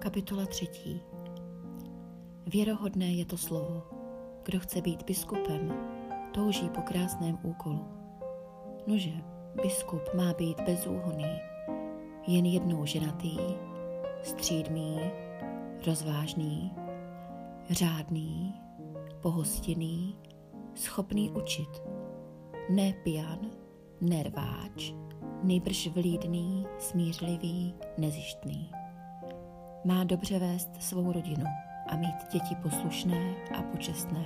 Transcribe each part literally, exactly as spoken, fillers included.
Kapitola třetí. Věrohodné je to slovo. Kdo chce být biskupem, touží po krásném úkolu. Nože, biskup má být bezúhonný, jen jednou ženatý, střídmý, rozvážný, řádný, pohostinný, schopný učit. Ne pijan, nerváč, nýbrž vlídný, smířlivý, nezištný. Má dobře vést svou rodinu a mít děti poslušné a počestné.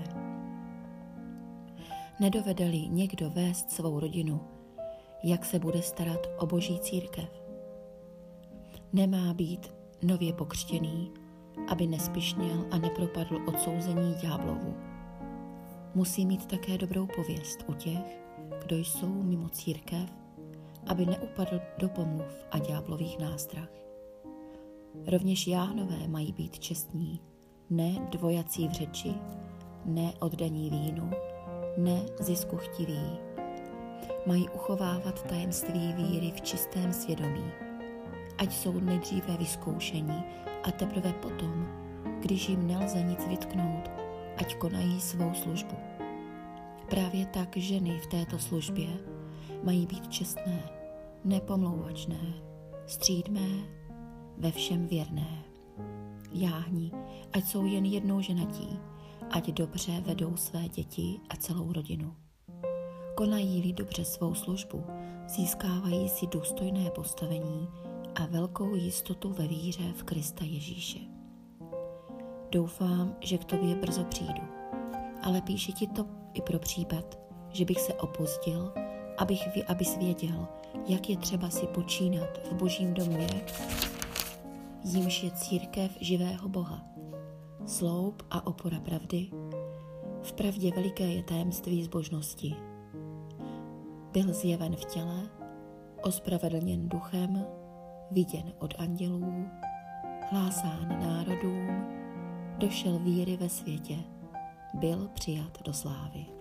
Nedovede-li někdo vést svou rodinu, jak se bude starat o boží církev? Nemá být nově pokřtěný, aby nespišněl a nepropadl odsouzení ďáblovu. Musí mít také dobrou pověst u těch, kdo jsou mimo církev, aby neupadl do pomluv a ďáblových nástrah. Rovněž jáhnové mají být čestní, ne dvojací v řeči, ne oddaní vínu, ne zisku chtiví. Mají uchovávat tajemství víry v čistém svědomí, ať jsou nejdříve vyzkoušení a teprve potom, když jim nelze nic vytknout, ať konají svou službu. Právě tak ženy v této službě mají být čestné, nepomlouvačné, střídmé, ve všem věrné. Jáhni, ať jsou jen jednou ženatí, ať dobře vedou své děti a celou rodinu. Konají-li dobře svou službu, získávají si důstojné postavení a velkou jistotu ve víře v Krista Ježíše. Doufám, že k tobě brzo přijdu, ale píši ti to i pro případ, že bych se opozdil, abych, abys věděl, jak je třeba si počínat v božím domě, jímž je církev živého Boha, sloup a opora pravdy. V pravdě veliké je tajemství zbožnosti. Byl zjeven v těle, ospravedlněn duchem, viděn od andělů, hlásán národům, došel víry ve světě, byl přijat do slávy.